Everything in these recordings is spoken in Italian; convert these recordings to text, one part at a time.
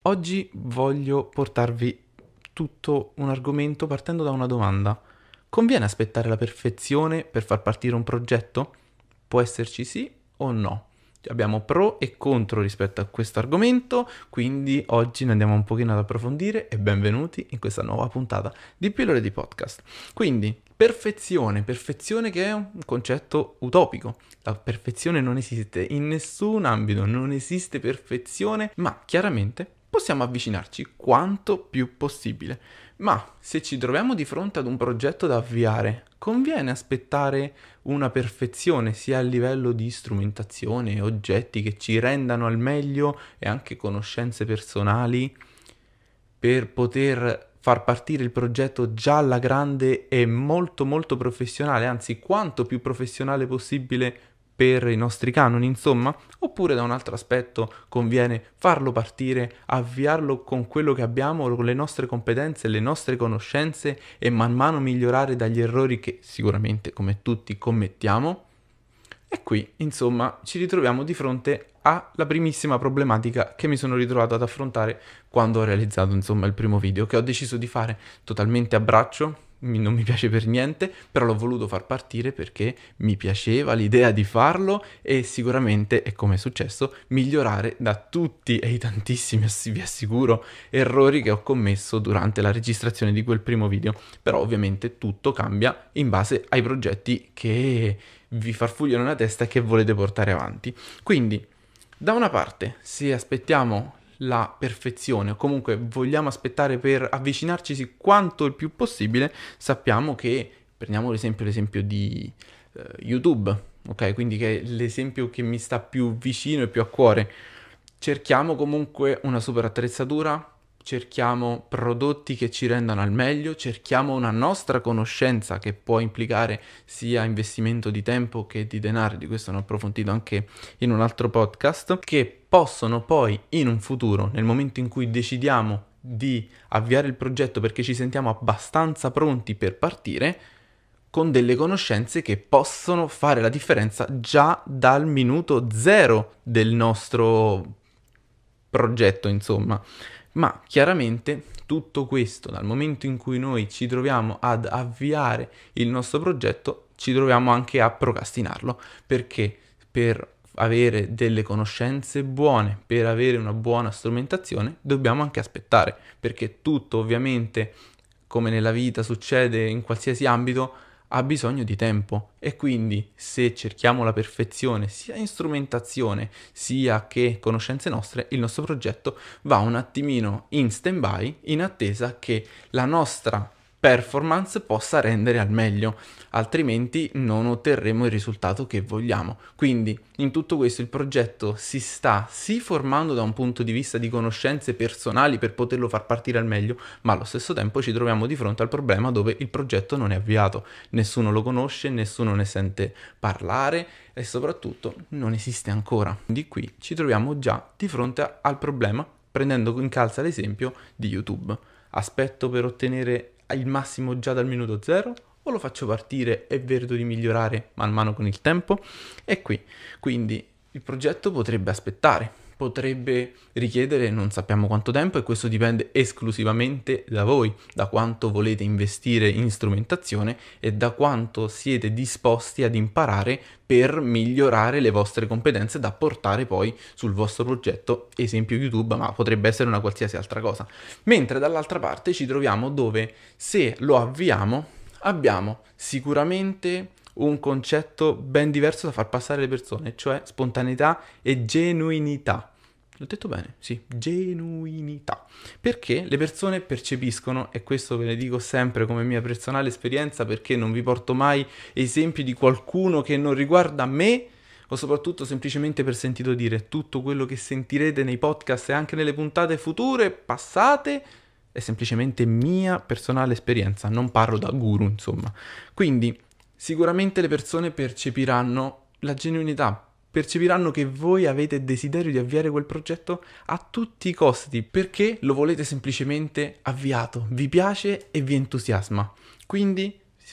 Oggi voglio portarvi tutto un argomento partendo da una domanda. Conviene aspettare la perfezione per far partire un progetto? Può esserci sì o no? Abbiamo pro e contro rispetto a questo argomento, quindi oggi ne andiamo un pochino ad approfondire e benvenuti in questa nuova puntata di Pillole di Podcast. Quindi, perfezione che è un concetto utopico. La perfezione non esiste in nessun ambito, non esiste perfezione, ma chiaramente possiamo avvicinarci quanto più possibile. Ma se ci troviamo di fronte ad un progetto da avviare, conviene aspettare una perfezione sia a livello di strumentazione, oggetti che ci rendano al meglio e anche conoscenze personali per poter far partire il progetto già alla grande e molto professionale, anzi quanto più professionale possibile per i nostri canoni, insomma, oppure da un altro aspetto conviene farlo partire, avviarlo con quello che abbiamo, con le nostre competenze, le nostre conoscenze e man mano migliorare dagli errori che sicuramente come tutti commettiamo. E qui, insomma, ci ritroviamo di fronte alla primissima problematica che mi sono ritrovato ad affrontare quando ho realizzato, insomma, il primo video, che ho deciso di fare totalmente a braccio, non mi piace per niente, però l'ho voluto far partire perché mi piaceva l'idea di farlo e sicuramente, è come è successo, migliorare da tutti e i tantissimi, vi assicuro, errori che ho commesso durante la registrazione di quel primo video. Però ovviamente tutto cambia in base ai progetti che vi farfugliano la testa e che volete portare avanti. Quindi, da una parte, se aspettiamo la perfezione o comunque vogliamo aspettare per avvicinarci quanto il più possibile, sappiamo che, prendiamo l'esempio di YouTube, ok? Quindi che è l'esempio che mi sta più vicino e più a cuore. Cerchiamo comunque una super attrezzatura, cerchiamo prodotti che ci rendano al meglio, cerchiamo una nostra conoscenza che può implicare sia investimento di tempo che di denaro, di questo ne ho approfondito anche in un altro podcast, che possono poi in un futuro, nel momento in cui decidiamo di avviare il progetto perché ci sentiamo abbastanza pronti per partire, con delle conoscenze che possono fare la differenza già dal minuto zero del nostro progetto, insomma. Ma chiaramente tutto questo, dal momento in cui noi ci troviamo ad avviare il nostro progetto, ci troviamo anche a procrastinarlo, perché per avere delle conoscenze buone, per avere una buona strumentazione, dobbiamo anche aspettare, perché tutto ovviamente, come nella vita succede in qualsiasi ambito, ha bisogno di tempo e quindi se cerchiamo la perfezione sia in strumentazione sia che conoscenze nostre, il nostro progetto va un attimino in stand-by in attesa che la nostra performance possa rendere al meglio, altrimenti non otterremo il risultato che vogliamo. Quindi in tutto questo il progetto si sta sì formando da un punto di vista di conoscenze personali per poterlo far partire al meglio, ma allo stesso tempo ci troviamo di fronte al problema dove il progetto non è avviato, nessuno lo conosce, nessuno ne sente parlare e soprattutto non esiste ancora. Di qui ci troviamo già di fronte al problema, prendendo in calza l'esempio di YouTube. Aspetto per ottenere il massimo già dal minuto zero o lo faccio partire e vedo di migliorare man mano con il tempo? E qui, quindi il progetto potrebbe aspettare, potrebbe richiedere non sappiamo quanto tempo e questo dipende esclusivamente da voi, da quanto volete investire in strumentazione e da quanto siete disposti ad imparare per migliorare le vostre competenze da portare poi sul vostro progetto, esempio YouTube, ma potrebbe essere una qualsiasi altra cosa. Mentre dall'altra parte ci troviamo dove se lo avviamo abbiamo sicuramente un concetto ben diverso da far passare alle persone, cioè spontaneità e genuinità. L'ho detto bene? Sì, genuinità. Perché le persone percepiscono, e questo ve ne dico sempre come mia personale esperienza, perché non vi porto mai esempi di qualcuno che non riguarda me, o soprattutto semplicemente per sentito dire. Tutto quello che sentirete nei podcast e anche nelle puntate future, passate, è semplicemente mia personale esperienza, non parlo da guru, insomma. Quindi sicuramente le persone percepiranno la genuinità, percepiranno che voi avete desiderio di avviare quel progetto a tutti i costi, perché lo volete semplicemente avviato, vi piace e vi entusiasma. Quindi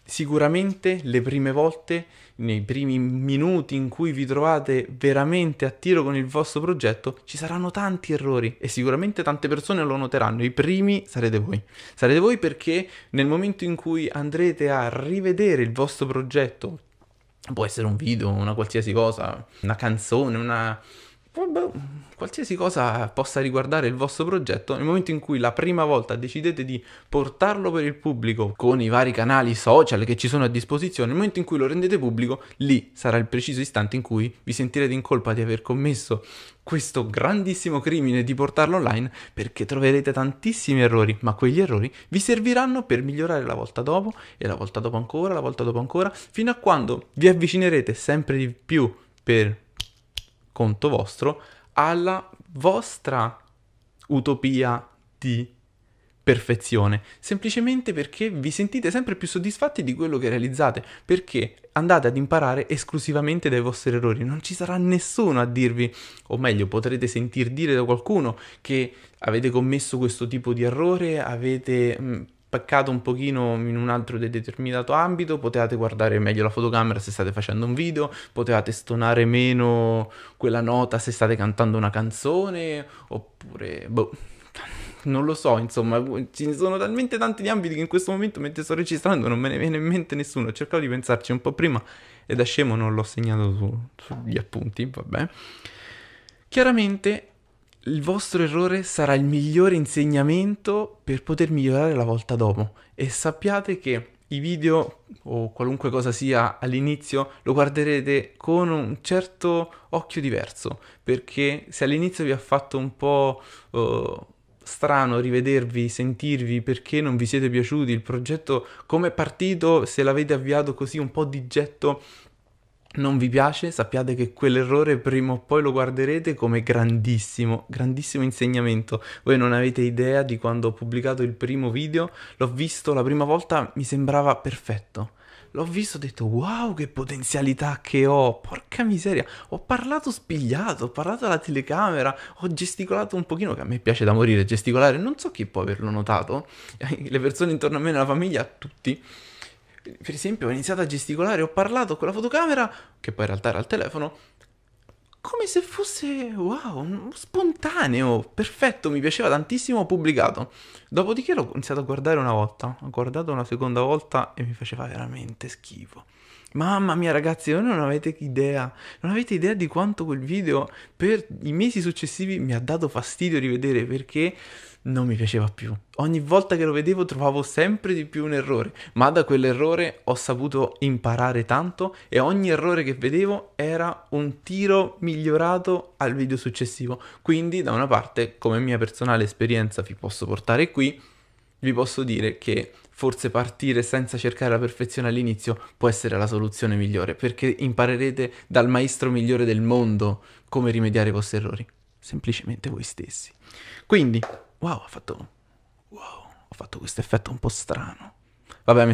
Sicuramente le prime volte, nei primi minuti in cui vi trovate veramente a tiro con il vostro progetto, ci saranno tanti errori e sicuramente tante persone lo noteranno. I primi sarete voi. Sarete voi perché nel momento in cui andrete a rivedere il vostro progetto, può essere un video, una qualsiasi cosa, una canzone, vabbè, qualsiasi cosa possa riguardare il vostro progetto, nel momento in cui la prima volta decidete di portarlo per il pubblico con i vari canali social che ci sono a disposizione, nel momento in cui lo rendete pubblico, lì sarà il preciso istante in cui vi sentirete in colpa di aver commesso questo grandissimo crimine di portarlo online, perché troverete tantissimi errori, ma quegli errori vi serviranno per migliorare la volta dopo e la volta dopo ancora, la volta dopo ancora, fino a quando vi avvicinerete sempre di più per conto vostro alla vostra utopia di perfezione, semplicemente perché vi sentite sempre più soddisfatti di quello che realizzate, perché andate ad imparare esclusivamente dai vostri errori, non ci sarà nessuno a dirvi, o meglio, potrete sentir dire da qualcuno che avete commesso questo tipo di errore, avete peccato un pochino in un altro determinato ambito, potevate guardare meglio la fotocamera se state facendo un video, potevate stonare meno quella nota se state cantando una canzone, oppure, boh, non lo so, insomma, ci sono talmente tanti di ambiti che in questo momento, mentre sto registrando, non me ne viene in mente nessuno. Ho cercato di pensarci un po' prima e da scemo non l'ho segnato sugli appunti, vabbè. Chiaramente il vostro errore sarà il migliore insegnamento per poter migliorare la volta dopo e sappiate che i video o qualunque cosa sia all'inizio lo guarderete con un certo occhio diverso, perché se all'inizio vi ha fatto un po' strano rivedervi, sentirvi perché non vi siete piaciuti, il progetto come è partito, se l'avete avviato così un po' di getto non vi piace, sappiate che quell'errore prima o poi lo guarderete come grandissimo, grandissimo insegnamento. Voi non avete idea di quando ho pubblicato il primo video, l'ho visto la prima volta, mi sembrava perfetto. L'ho visto e ho detto wow che potenzialità che ho, porca miseria, ho parlato spigliato, ho parlato alla telecamera, ho gesticolato un pochino, che a me piace da morire gesticolare, non so chi può averlo notato, le persone intorno a me nella famiglia, tutti. Per esempio ho iniziato a gesticolare, ho parlato con la fotocamera, che poi in realtà era il telefono, come se fosse, wow, spontaneo, perfetto, mi piaceva tantissimo, ho pubblicato. Dopodiché l'ho iniziato a guardare una volta, ho guardato una seconda volta e mi faceva veramente schifo. Mamma mia ragazzi, voi non avete idea, non avete idea di quanto quel video per i mesi successivi mi ha dato fastidio rivedere perché non mi piaceva più. Ogni volta che lo vedevo trovavo sempre di più un errore, ma da quell'errore ho saputo imparare tanto e ogni errore che vedevo era un tiro migliorato al video successivo. Quindi da una parte, come mia personale esperienza vi posso portare qui, vi posso dire che forse partire senza cercare la perfezione all'inizio può essere la soluzione migliore, perché imparerete dal maestro migliore del mondo come rimediare ai vostri errori, semplicemente voi stessi. Quindi, wow, ho fatto questo effetto un po' strano. Vabbè,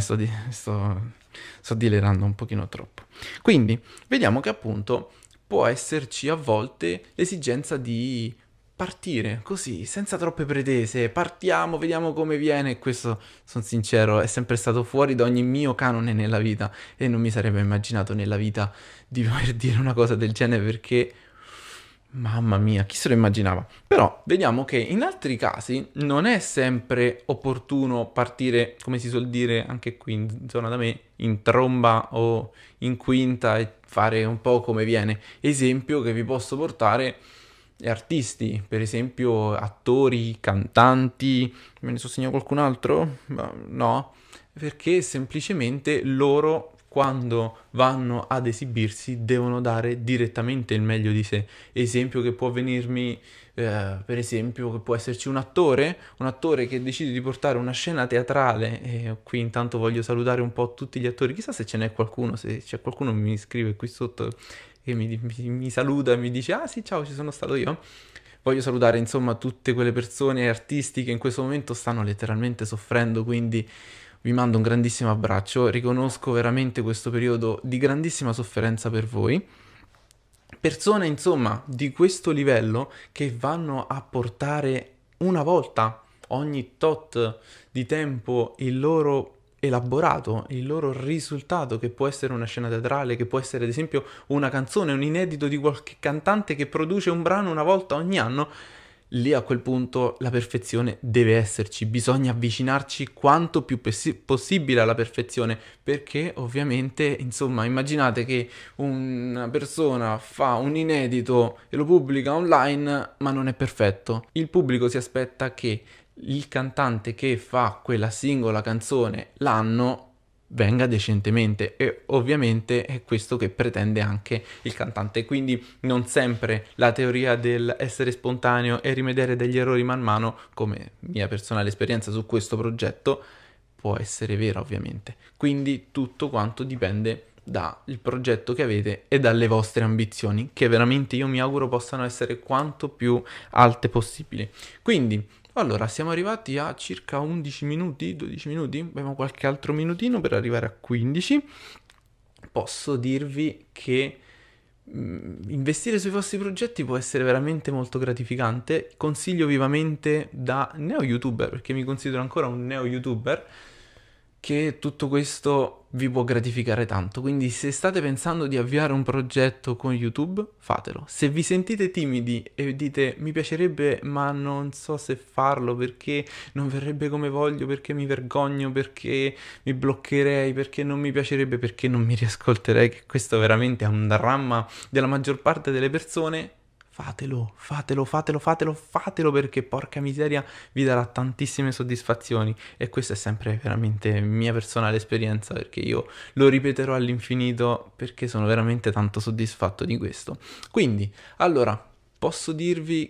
sto dilerando un pochino troppo. Quindi, vediamo che appunto può esserci a volte l'esigenza di partire così, senza troppe pretese, partiamo, vediamo come viene. Questo, sono sincero, è sempre stato fuori da ogni mio canone nella vita e non mi sarebbe immaginato nella vita di dover dire una cosa del genere perché, mamma mia, chi se lo immaginava? Però vediamo che in altri casi non è sempre opportuno partire, come si suol dire anche qui in zona da me, in tromba o in quinta e fare un po' come viene. Esempio che vi posso portare artisti, per esempio attori, cantanti, me ne so qualcun altro? No, perché semplicemente loro quando vanno ad esibirsi devono dare direttamente il meglio di sé. Esempio che può venirmi, per esempio, che può esserci un attore che decide di portare una scena teatrale, e qui intanto voglio salutare un po' tutti gli attori, chissà se ce n'è qualcuno, se c'è qualcuno mi scrive qui sotto che mi saluta e mi dice ah sì ciao ci sono stato io. Voglio salutare insomma tutte quelle persone e artisti che in questo momento stanno letteralmente soffrendo, quindi vi mando un grandissimo abbraccio, riconosco veramente questo periodo di grandissima sofferenza per voi. Persone insomma di questo livello che vanno a portare una volta ogni tot di tempo il loro elaborato il loro risultato, che può essere una scena teatrale, che può essere ad esempio una canzone, un inedito di qualche cantante che produce un brano una volta ogni anno, lì a quel punto la perfezione deve esserci, bisogna avvicinarci quanto più possibile alla perfezione, perché ovviamente, insomma, immaginate che una persona fa un inedito e lo pubblica online, ma non è perfetto. Il pubblico si aspetta che il cantante che fa quella singola canzone l'anno venga decentemente, e ovviamente è questo che pretende anche il cantante. Quindi non sempre la teoria del essere spontaneo e rimediare degli errori man mano, come mia personale esperienza su questo progetto, può essere vera, ovviamente. Quindi tutto quanto dipende dal progetto che avete e dalle vostre ambizioni, che veramente io mi auguro possano essere quanto più alte possibili. Quindi allora, siamo arrivati a circa 11 minuti, 12 minuti, abbiamo qualche altro minutino per arrivare a 15. Posso dirvi che investire sui vostri progetti può essere veramente molto gratificante. Consiglio vivamente da neo youtuber, perché mi considero ancora un neo youtuber, che tutto questo vi può gratificare tanto. Quindi se state pensando di avviare un progetto con YouTube, fatelo. Se vi sentite timidi e dite mi piacerebbe ma non so se farlo perché non verrebbe come voglio, perché mi vergogno, perché mi bloccherei, perché non mi piacerebbe, perché non mi riascolterei, che questo veramente è un dramma della maggior parte delle persone, fatelo, fatelo, fatelo, fatelo, fatelo, perché porca miseria vi darà tantissime soddisfazioni, e questa è sempre veramente mia personale esperienza, perché io lo ripeterò all'infinito perché sono veramente tanto soddisfatto di questo. Quindi, allora, posso dirvi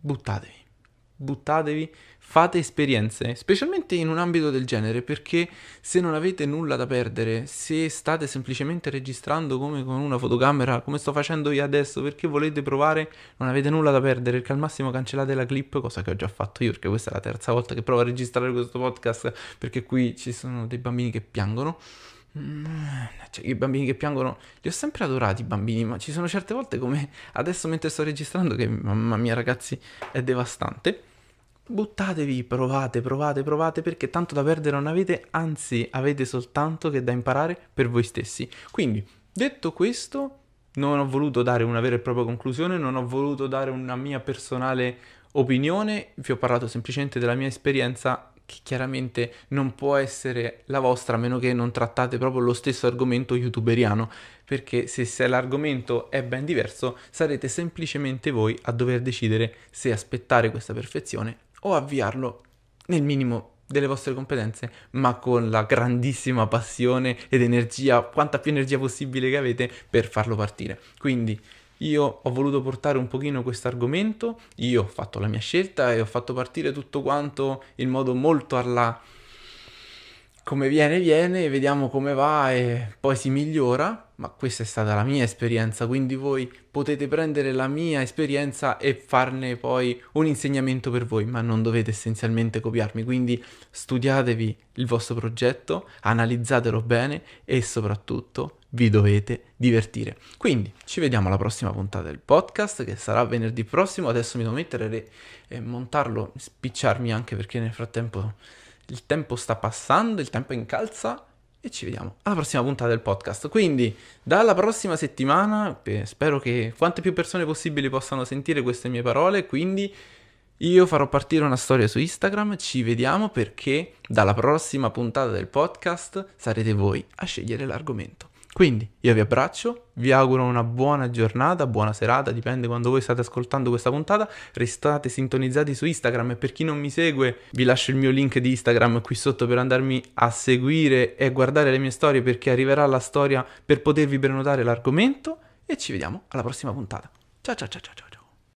buttatevi, fate esperienze, specialmente in un ambito del genere, perché se non avete nulla da perdere, se state semplicemente registrando come con una fotocamera, come sto facendo io adesso, perché volete provare, non avete nulla da perdere, perché al massimo cancellate la clip, cosa che ho già fatto io, perché questa è la terza volta che provo a registrare questo podcast, perché qui ci sono dei bambini che piangono. Cioè, i bambini che piangono li ho sempre adorati, i bambini, ma ci sono certe volte, come adesso mentre sto registrando, che mamma mia ragazzi è devastante. Buttatevi, provate, perché tanto da perdere non avete, anzi avete soltanto che da imparare per voi stessi. Quindi, detto questo, non ho voluto dare una vera e propria conclusione, non ho voluto dare una mia personale opinione, vi ho parlato semplicemente della mia esperienza, che chiaramente non può essere la vostra a meno che non trattate proprio lo stesso argomento youtuberiano, perché se l'argomento è ben diverso sarete semplicemente voi a dover decidere se aspettare questa perfezione o avviarlo nel minimo delle vostre competenze, ma con la grandissima passione ed energia, quanta più energia possibile che avete, per farlo partire. Quindi io ho voluto portare un pochino questo argomento, io ho fatto la mia scelta e ho fatto partire tutto quanto in modo molto alla come viene, vediamo come va e poi si migliora, ma questa è stata la mia esperienza, quindi voi potete prendere la mia esperienza e farne poi un insegnamento per voi, ma non dovete essenzialmente copiarmi, quindi studiatevi il vostro progetto, analizzatelo bene e soprattutto vi dovete divertire. Quindi ci vediamo alla prossima puntata del podcast, che sarà venerdì prossimo. Adesso mi devo mettere e montarlo, spicciarmi anche perché nel frattempo il tempo sta passando, il tempo incalza, e ci vediamo alla prossima puntata del podcast. Quindi dalla prossima settimana spero che quante più persone possibili possano sentire queste mie parole, quindi io farò partire una storia su Instagram, ci vediamo, perché dalla prossima puntata del podcast sarete voi a scegliere l'argomento. Quindi io vi abbraccio, vi auguro una buona giornata, buona serata, dipende quando voi state ascoltando questa puntata, restate sintonizzati su Instagram, e per chi non mi segue vi lascio il mio link di Instagram qui sotto per andarmi a seguire e guardare le mie storie, perché arriverà la storia per potervi prenotare l'argomento, e ci vediamo alla prossima puntata. Ciao ciao ciao ciao ciao.